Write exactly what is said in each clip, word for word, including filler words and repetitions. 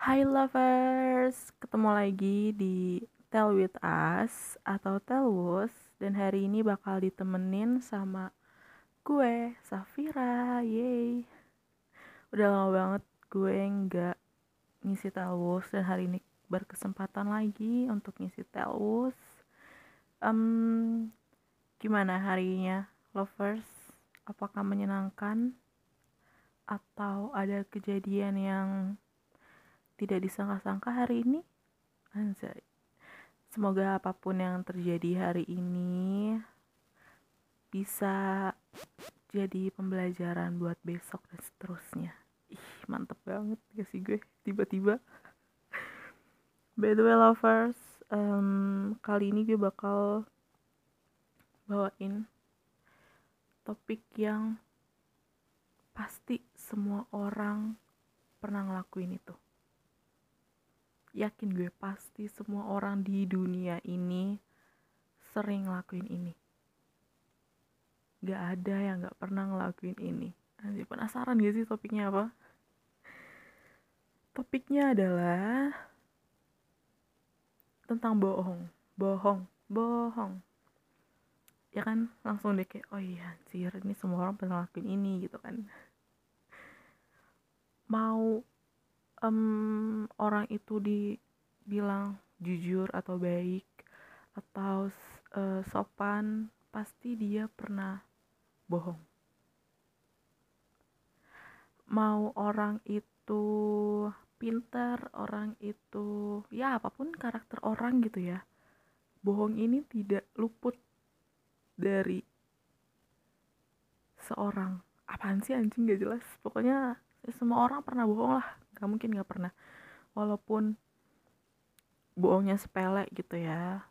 Hai lovers, ketemu lagi di Tell With Us atau Telwus. Dan hari ini bakal ditemenin sama gue, Safira. Yeay. Udah lama banget gue nggak ngisi Telwus, dan hari ini berkesempatan lagi untuk ngisi Telwus. um, Gimana harinya lovers? Apakah menyenangkan? Atau ada kejadian yang tidak disangka-sangka hari ini? Anjay. Semoga apapun yang terjadi hari ini bisa jadi pembelajaran buat besok dan seterusnya. Ih, mantep banget gak sih gue tiba-tiba. By the way lovers, um, kali ini gue bakal bawain topik yang pasti semua orang pernah ngelakuin itu. Yakin gue pasti semua orang di dunia ini sering ngelakuin ini. Gak ada yang gak pernah ngelakuin ini. Nanti penasaran gak sih topiknya apa? Topiknya adalah tentang bohong. Bohong, bohong. Ya kan, langsung deh kayak, oh iya anjir, ini semua orang pernah ngelakuin ini gitu kan. Mau um, orang itu dibilang jujur atau baik atau uh, sopan, pasti dia pernah bohong. Mau orang itu pintar, orang itu ya apapun karakter orang gitu ya, bohong ini tidak luput dari seorang. Apaan sih anjing, gak jelas. Pokoknya ya, semua orang pernah bohong lah, gak mungkin gak pernah. Walaupun bohongnya sepele gitu ya,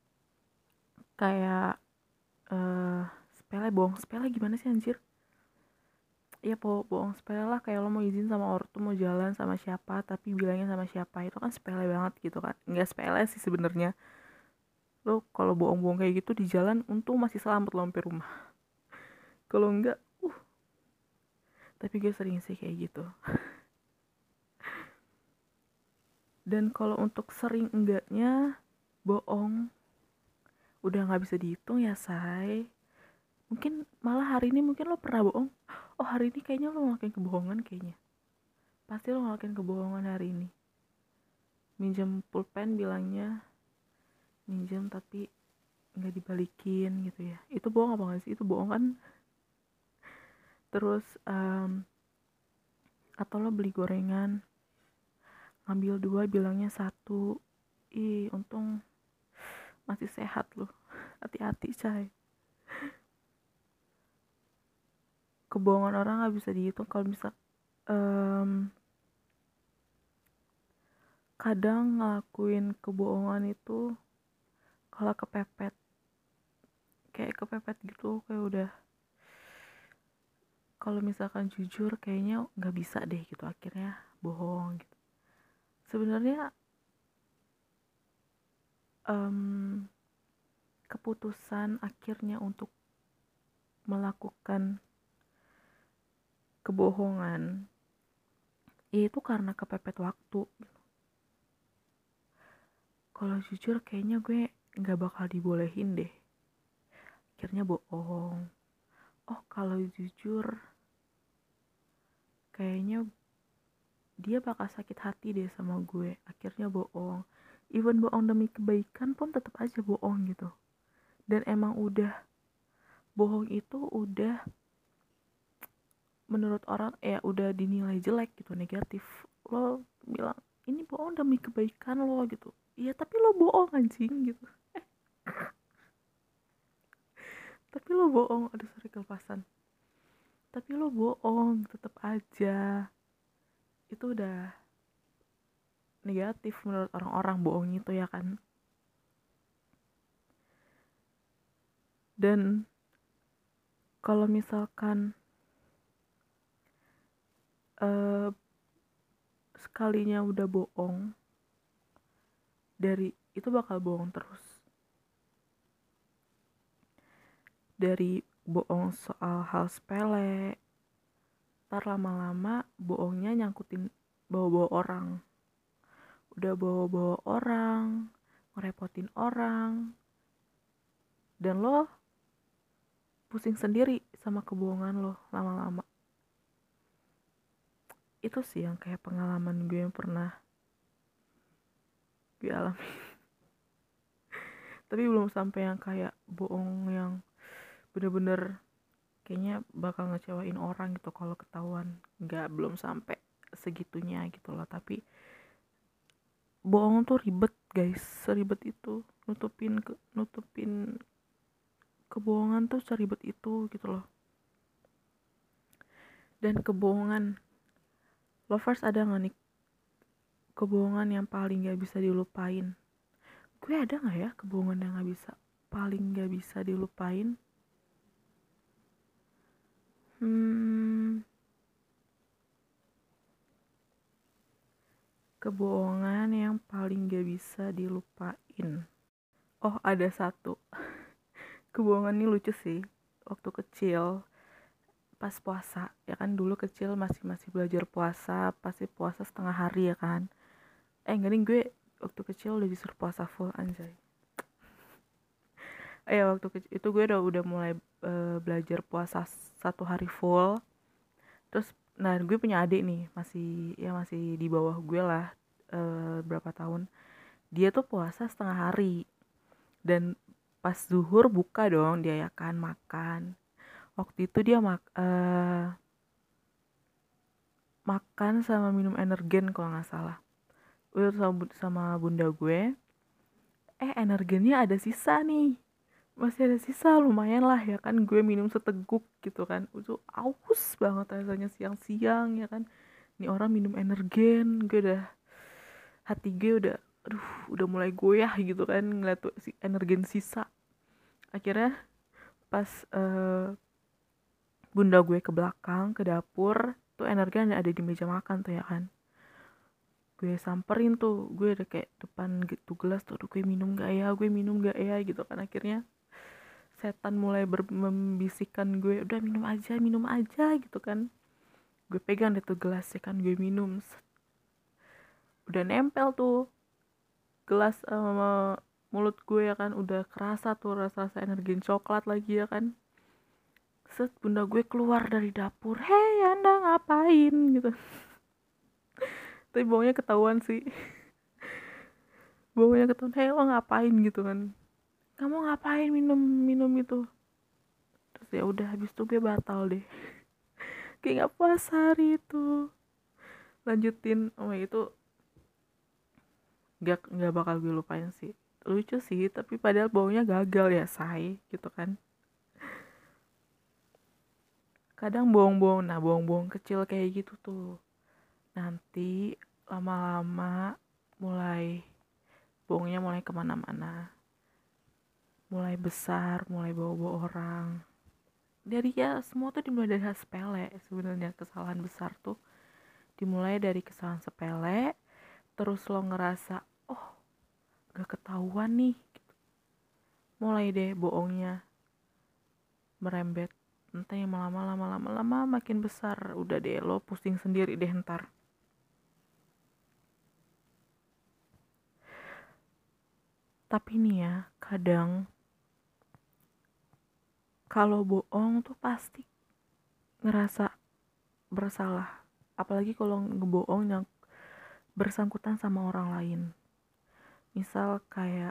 kayak uh, sepele, bohong sepele gimana sih anjir. Ya po bohong sepele lah, kayak lo mau izin sama ortu mau jalan sama siapa tapi bilangnya sama siapa, itu kan sepele banget gitu kan. Nggak sepele sih sebenarnya. Lo kalau bohong-bohong kayak gitu di jalan untung masih selamat lo sampai rumah. Kalau enggak, uh. Tapi gue sering sih kayak gitu. Dan kalau untuk sering enggaknya bohong udah nggak bisa dihitung ya say. Mungkin malah hari ini mungkin lo pernah bohong. Oh hari ini kayaknya lo ngelakuin kebohongan kayaknya. Pasti lo ngelakuin kebohongan hari ini. Minjem pulpen bilangnya minjem tapi nggak dibalikin gitu ya. Itu bohong apa nggak sih? Itu bohong kan. Terus um, atau lo beli gorengan ngambil dua bilangnya satu. Ih untung masih sehat lo. Hati-hati say. Kebohongan orang nggak bisa dihitung. Kalau misal um, kadang ngelakuin kebohongan itu kalau kepepet, kayak kepepet gitu, kayak udah kalau misalkan jujur kayaknya nggak bisa deh gitu, akhirnya bohong gitu. Sebenarnya um, keputusan akhirnya untuk melakukan kebohongan itu karena kepepet waktu. Kalau jujur kayaknya gue nggak bakal dibolehin deh, akhirnya bohong. Oh kalau jujur kayaknya dia bakal sakit hati deh sama gue, akhirnya bohong. Even bohong demi kebaikan pun tetap aja bohong gitu. Dan emang udah bohong itu udah menurut orang ya udah dinilai jelek gitu, negatif. Lo bilang ini bohong demi kebaikan lo gitu, iya tapi lo bohong anjing gitu. eh tapi lo bohong, aduh sorry kelepasan, tapi lo bohong tetap aja, itu udah negatif menurut orang-orang bohong itu ya kan. Dan kalau misalkan uh, sekalinya udah bohong, dari itu bakal bohong terus. Dari bohong soal hal sepele, ntar lama-lama bohongnya nyangkutin bawa-bawa orang. udah bawa-bawa orang, ngerepotin orang, dan lo pusing sendiri sama kebohongan lo lama-lama. Itu sih yang kayak pengalaman gue yang pernah gue alami. Tapi belum sampai yang kayak bohong yang bener-bener kayaknya bakal ngecewain orang gitu kalau ketahuan. Nggak, belum sampai segitunya gitu loh. Tapi bohong tuh ribet guys, seribet itu. Nutupin ke, nutupin kebohongan tuh seribet itu gitu loh. Dan kebohongan, lovers, ada gak nih kebohongan yang paling gak bisa dilupain? Gue ada gak ya kebohongan yang gak bisa, paling gak bisa dilupain? Hmm, kebohongan yang paling gak bisa dilupain. Oh, ada satu. Kebohongan ini lucu sih. Waktu kecil, pas puasa, ya kan dulu kecil masih masih belajar puasa, pasti puasa setengah hari ya kan. Eh enggak nih, gue waktu kecil udah disuruh puasa full, anjay. Eh waktu kecil itu gue udah udah mulai uh, belajar puasa satu hari full. Terus nah gue punya adik nih, masih ya masih di bawah gue lah, uh, berapa tahun. Dia tuh puasa setengah hari. Dan pas zuhur buka dong dia, ya kan, makan. Waktu itu dia mak uh, makan sama minum energen kalau nggak salah. Udah sama, sama bunda gue. Eh energennya ada sisa nih, masih ada sisa, lumayan lah ya kan. Gue minum seteguk gitu kan, itu aus banget rasanya siang-siang ya kan. Nih orang minum energen, gue udah, hati gue udah, aduh, udah mulai goyah gitu kan ngeliat tuh si energen sisa. Akhirnya pas uh, bunda gue ke belakang ke dapur tuh, energen ada di meja makan tuh ya kan. Gue samperin tuh, gue udah kayak depan gitu gelas tuh, gue minum gak ya, gue minum gak ya gitu kan. Akhirnya setan mulai ber- membisikkan gue, udah minum aja, minum aja gitu kan. Gue pegang deh tuh gelas ya kan, gue minum. Udah nempel tuh gelas sama mulut gue ya kan, udah kerasa tuh rasa-rasa energi coklat lagi ya kan. Set, bunda gue keluar dari dapur, hei anda ngapain gitu. Tapi bohongnya ketahuan sih. Bohongnya ketahuan, hei lo ngapain gitu kan. Kamu ngapain minum minum itu. Terus ya udah, habis itu gue batal deh. Kayak nggak puasa hari itu. Lanjutin, oh itu nggak nggak bakal gue lupain sih. Lucu sih, tapi padahal baunya gagal ya say gitu kan. Kadang bohong-bohong, nah bohong-bohong kecil kayak gitu tuh nanti lama-lama mulai bohongnya mulai kemana-mana, mulai besar, mulai bawa-bawa orang. Dari ya semua tuh dimulai dari hal sepele sebenarnya. Kesalahan besar tuh dimulai dari kesalahan sepele, terus lo ngerasa oh gak ketahuan nih gitu. Mulai deh bohongnya merembet, entah yang lama-lama lama-lama makin besar. Udah deh lo pusing sendiri deh ntar. Tapi nih ya, kadang kalau bohong tuh pasti ngerasa bersalah. Apalagi kalau ngebohong yang bersangkutan sama orang lain. Misal kayak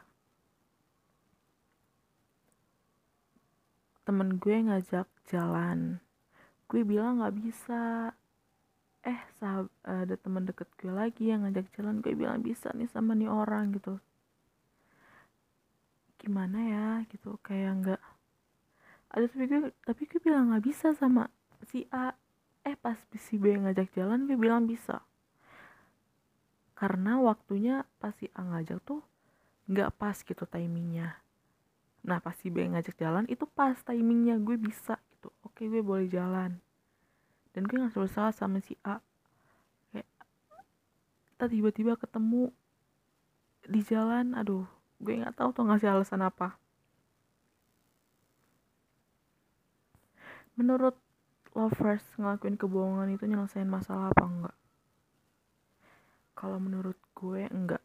temen gue ngajak jalan, gue bilang gak bisa. Eh sahab, ada temen deket gue lagi yang ngajak jalan, gue bilang bisa nih sama nih orang gitu. Gimana ya gitu, kayak gak ada, tapi gue tapi gue bilang gak bisa sama si A. Eh pas si B ngajak jalan, gue bilang bisa. Karena waktunya pas si A ngajak tuh gak pas gitu timingnya. Nah pas si B ngajak jalan itu pas timingnya, gue bisa gitu. Oke, gue boleh jalan. Dan gue gak selalu salah sama si A. Kayak kita tiba-tiba ketemu di jalan, aduh, gue gak tahu tuh ngasih alasan apa. Menurut lovers, ngelakuin kebohongan itu nyelesain masalah apa enggak? Kalau menurut gue enggak,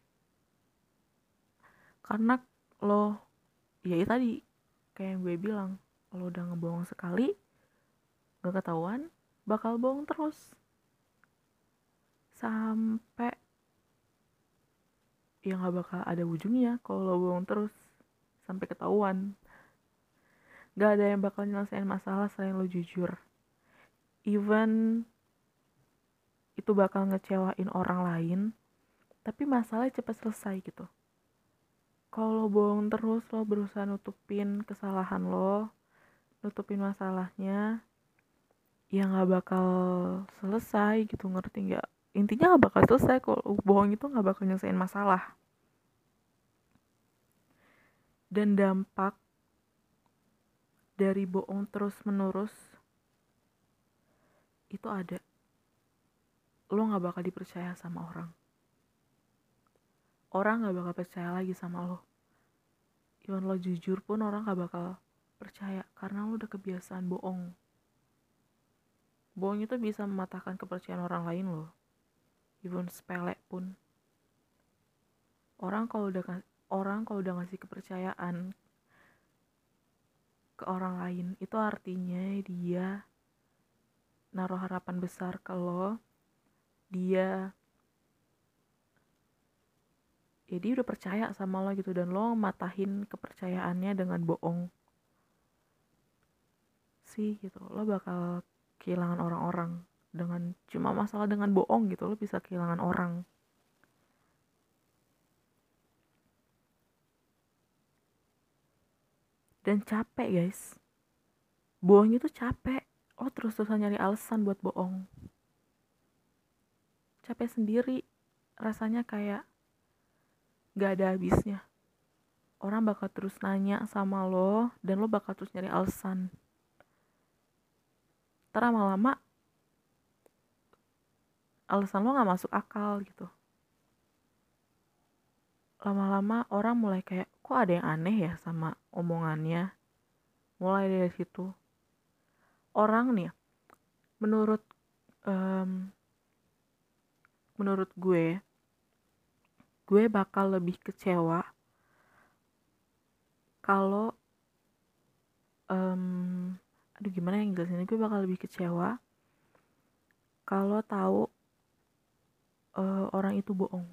karena lo ya itu tadi kayak yang gue bilang, lo udah ngebohong sekali gak ketahuan bakal bohong terus sampai ya nggak bakal ada ujungnya. Kalau lo bohong terus sampai ketahuan, gak ada yang bakal nyelesain masalah selain lo jujur. Even itu bakal ngecewain orang lain, tapi masalahnya cepat selesai gitu. Kalau lo bohong terus, lo berusaha nutupin kesalahan lo, nutupin masalahnya, ya nggak bakal selesai gitu, ngerti nggak? Intinya nggak bakal selesai. Kalau bohong itu nggak bakal nyelesain masalah. Dan dampak dari bohong terus menerus itu ada, lo nggak bakal dipercaya sama orang. Orang nggak bakal percaya lagi sama lo. Even lo jujur pun orang nggak bakal percaya karena lo udah kebiasaan bohong. Bohong itu bisa mematahkan kepercayaan orang lain lo. Even sepele pun. Orang kalau udah orang kalau udah ngasih kepercayaan ke orang lain, itu artinya dia naruh harapan besar ke lo. Dia ya dia udah percaya sama lo gitu, dan lo matahin kepercayaannya dengan bohong sih gitu. Lo bakal kehilangan orang-orang dengan cuma masalah dengan bohong gitu. Lo bisa kehilangan orang. Dan capek guys, bohong itu capek. Lo terus-terusan nyari alasan buat bohong, capek sendiri. Rasanya kayak gak ada habisnya. Orang bakal terus nanya sama lo, dan lo bakal terus nyari alasan. Ntar lama-lama alasan lo gak masuk akal gitu. Lama-lama orang mulai kayak, kok ada yang aneh ya sama omongannya. Mulai dari situ orang nih, menurut um, menurut gue gue bakal lebih kecewa kalau um, aduh gimana yang jelasin, gue bakal lebih kecewa kalau tahu uh, orang itu bohong.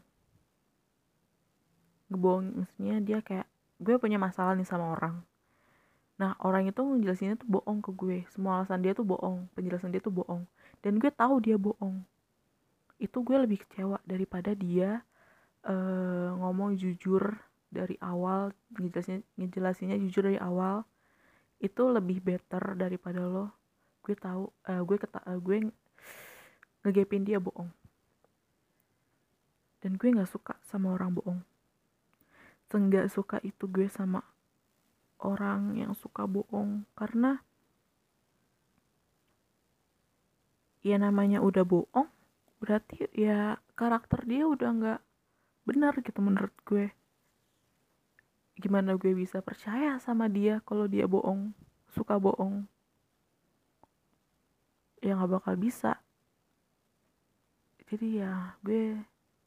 Ngebohong maksudnya dia kayak, gue punya masalah nih sama orang, nah orang itu ngejelasinnya tuh bohong ke gue, semua alasan dia tuh bohong, penjelasan dia tuh bohong, dan gue tahu dia bohong. Itu gue lebih kecewa daripada dia uh, ngomong jujur dari awal, ngejelasin ngejelasinnya jujur dari awal. Itu lebih better daripada lo gue tahu uh, gue keta uh, gue ngegepin dia bohong. Dan gue nggak suka sama orang bohong. Senggak suka itu gue sama orang yang suka bohong, karena ya namanya udah bohong berarti ya karakter dia udah nggak benar gitu menurut gue. Gimana gue bisa percaya sama dia kalau dia bohong, suka bohong? Ya nggak bakal bisa. Jadi ya gue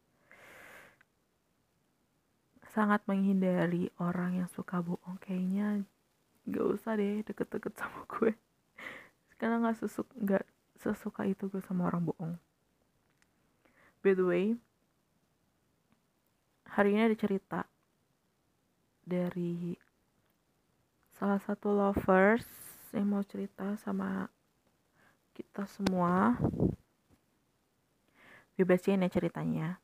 sangat menghindari orang yang suka bohong. Kayaknya gak usah deh deket-deket sama gue, karena nggak sesuk nggak sesuka itu gue sama orang bohong. By the way, hari ini ada cerita dari salah satu lovers yang mau cerita sama kita semua. Gue bacain ya ceritanya.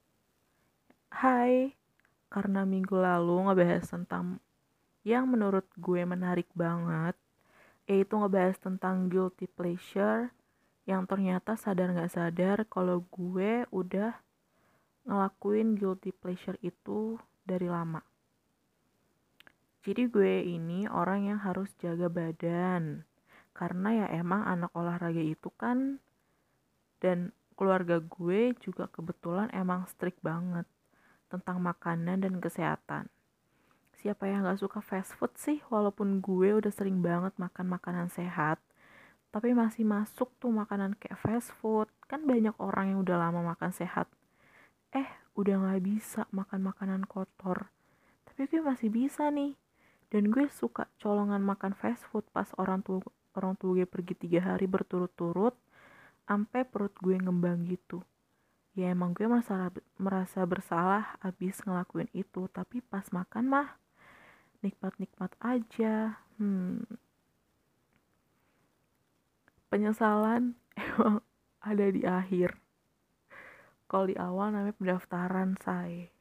Hai, karena minggu lalu ngebahas tentang yang menurut gue menarik banget, yaitu ngebahas tentang guilty pleasure, yang ternyata sadar gak sadar kalau gue udah ngelakuin guilty pleasure itu dari lama. Jadi gue ini orang yang harus jaga badan, karena ya emang anak olahraga itu kan, dan keluarga gue juga kebetulan emang strict banget tentang makanan dan kesehatan. Siapa yang gak suka fast food sih? Walaupun gue udah sering banget makan makanan sehat, tapi masih masuk tuh makanan kayak fast food. Kan banyak orang yang udah lama makan sehat eh udah gak bisa makan makanan kotor, tapi gue masih bisa nih. Dan gue suka colongan makan fast food pas orang tua orang tua gue pergi tiga hari berturut-turut, sampai perut gue ngembang gitu. Ya emang gue merasa merasa bersalah abis ngelakuin itu, tapi pas makan mah nikmat-nikmat aja. Hmm, penyesalan emang ada di akhir. Kalau di awal namanya pendaftaran, say.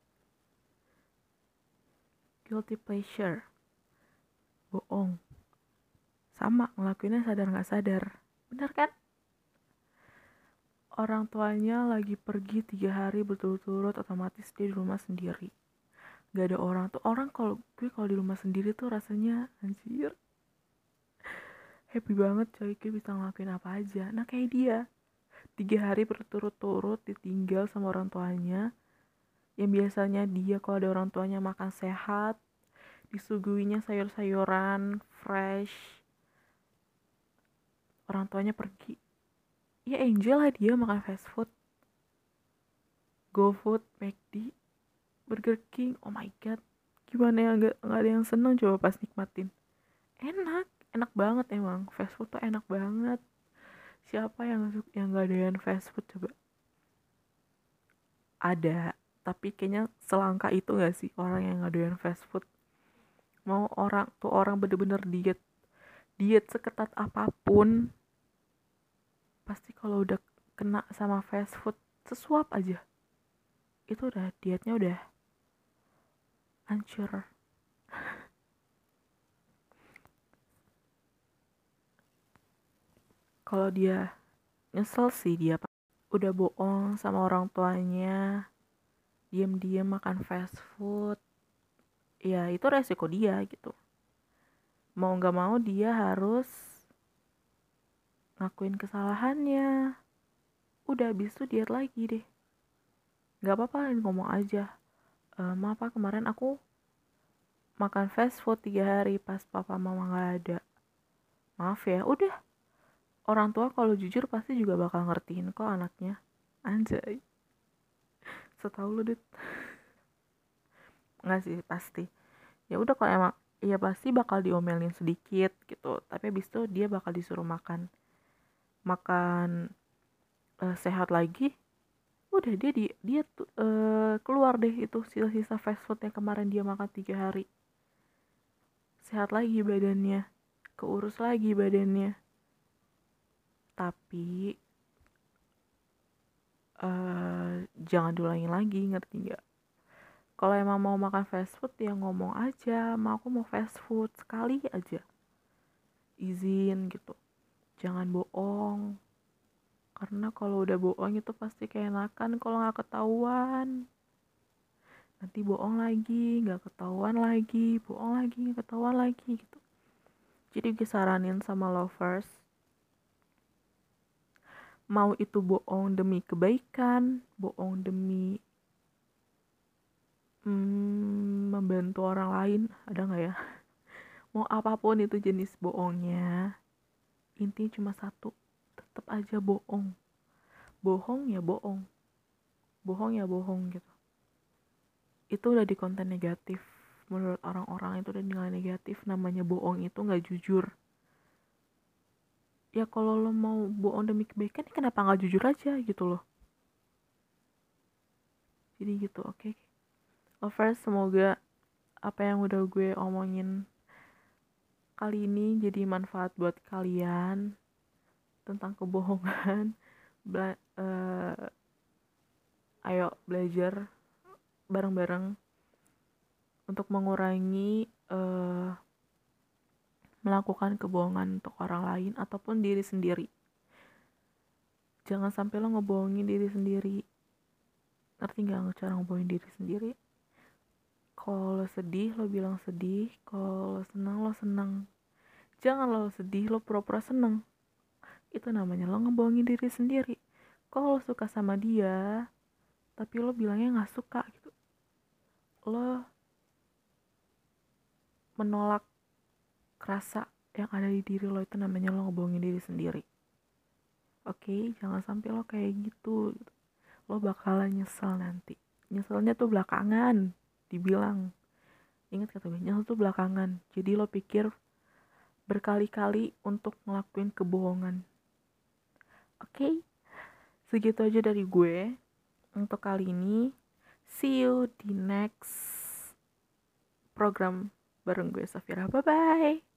Guilty pleasure, bohong. Sama, ngelakuinnya sadar gak sadar. Bener kan? Orang tuanya lagi pergi tiga hari berturut-turut, otomatis dia di rumah sendiri. Gak ada orang tuh. Orang kalau gue kalau di rumah sendiri tuh rasanya anjir, happy banget coy, gue bisa ngelakuin apa aja. Nah kayak dia, tiga hari berturut-turut ditinggal sama orang tuanya. Yang biasanya dia kalau ada orang tuanya makan sehat, disuguhinya sayur-sayuran fresh, orang tuanya pergi. Ya Angel lah dia makan fast food, GoFood, McD, Burger King. Oh my god, gimana ya nggak nggak ada yang seneng coba pas nikmatin. Enak, enak banget emang. Fast food tuh enak banget. Siapa yang yang nggak doyan fast food coba? Ada, tapi kayaknya selangka itu nggak sih orang yang nggak doyan fast food. Mau orang tuh orang bener-bener diet, diet seketat apapun, pasti kalau udah kena sama fast food sesuap aja, itu udah dietnya udah hancur. Kalau dia nyesel sih, dia udah bohong sama orang tuanya, diam-diam makan fast food, ya itu resiko dia gitu. Mau nggak mau dia harus ngakuin kesalahannya. Udah habis itu diet lagi deh. Nggak apa-apa ngomong aja, e, maaf pak kemarin aku makan fast food tiga hari pas papa mama nggak ada, maaf ya. Udah, orang tua kalau jujur pasti juga bakal ngertiin kok anaknya. Anjay, setahu lu dit. Nggak sih, pasti ya udah kalau emang ya pasti bakal diomelin sedikit gitu, tapi abis itu dia bakal disuruh makan makan uh, sehat lagi. Udah dia di dia tuh uh, keluar deh itu sisa-sisa fast food yang kemarin dia makan tiga hari, sehat lagi badannya, keurus lagi badannya. Tapi uh, jangan diulangin lagi, ngerti nggak? Kalau emang mau makan fast food ya ngomong aja, mau aku mau fast food sekali aja, izin gitu. Jangan bohong, karena kalau udah bohong itu pasti keenakan kalau nggak ketahuan. Nanti bohong lagi, nggak ketahuan lagi, bohong lagi, nggak ketahuan lagi gitu. Jadi gue saranin sama lovers, mau itu bohong demi kebaikan, bohong demi hmm, membantu orang lain, ada nggak ya? Mau apapun itu jenis bohongnya, intinya cuma satu, tetap aja bohong. Bohong ya bohong, bohong ya bohong gitu. Itu udah di konten negatif, menurut orang-orang itu udah nilai negatif. Namanya bohong itu nggak jujur. Ya kalau lo mau bohong demi kebaikan, ya kenapa nggak jujur aja gitu loh. Jadi gitu, oke okay? Lovers, semoga apa yang udah gue omongin kali ini jadi manfaat buat kalian tentang kebohongan. Bela- uh, ayo belajar bareng-bareng untuk mengurangi uh, melakukan kebohongan untuk orang lain ataupun diri sendiri. Jangan sampai lo ngebohongin diri sendiri. Ngerti gak cara ngebohongin diri sendiri? Kalau lo sedih, lo bilang sedih. Kalau lo senang, lo senang. Jangan lo sedih, lo pura-pura senang. Itu namanya lo ngebohongin diri sendiri. Kalau lo suka sama dia, tapi lo bilangnya gak suka gitu, lo menolak rasa yang ada di diri lo, itu namanya lo ngebohongin diri sendiri. Oke, okay? Jangan sampai lo kayak gitu, gitu. lo bakalan nyesel nanti. Nyeselnya tuh belakangan, dibilang. Ingat kata gue, nyesel tuh belakangan. Jadi lo pikir berkali-kali untuk ngelakuin kebohongan. Oke, okay? Segitu aja dari gue untuk kali ini. See you di next program bareng gue Safira. Bye-bye.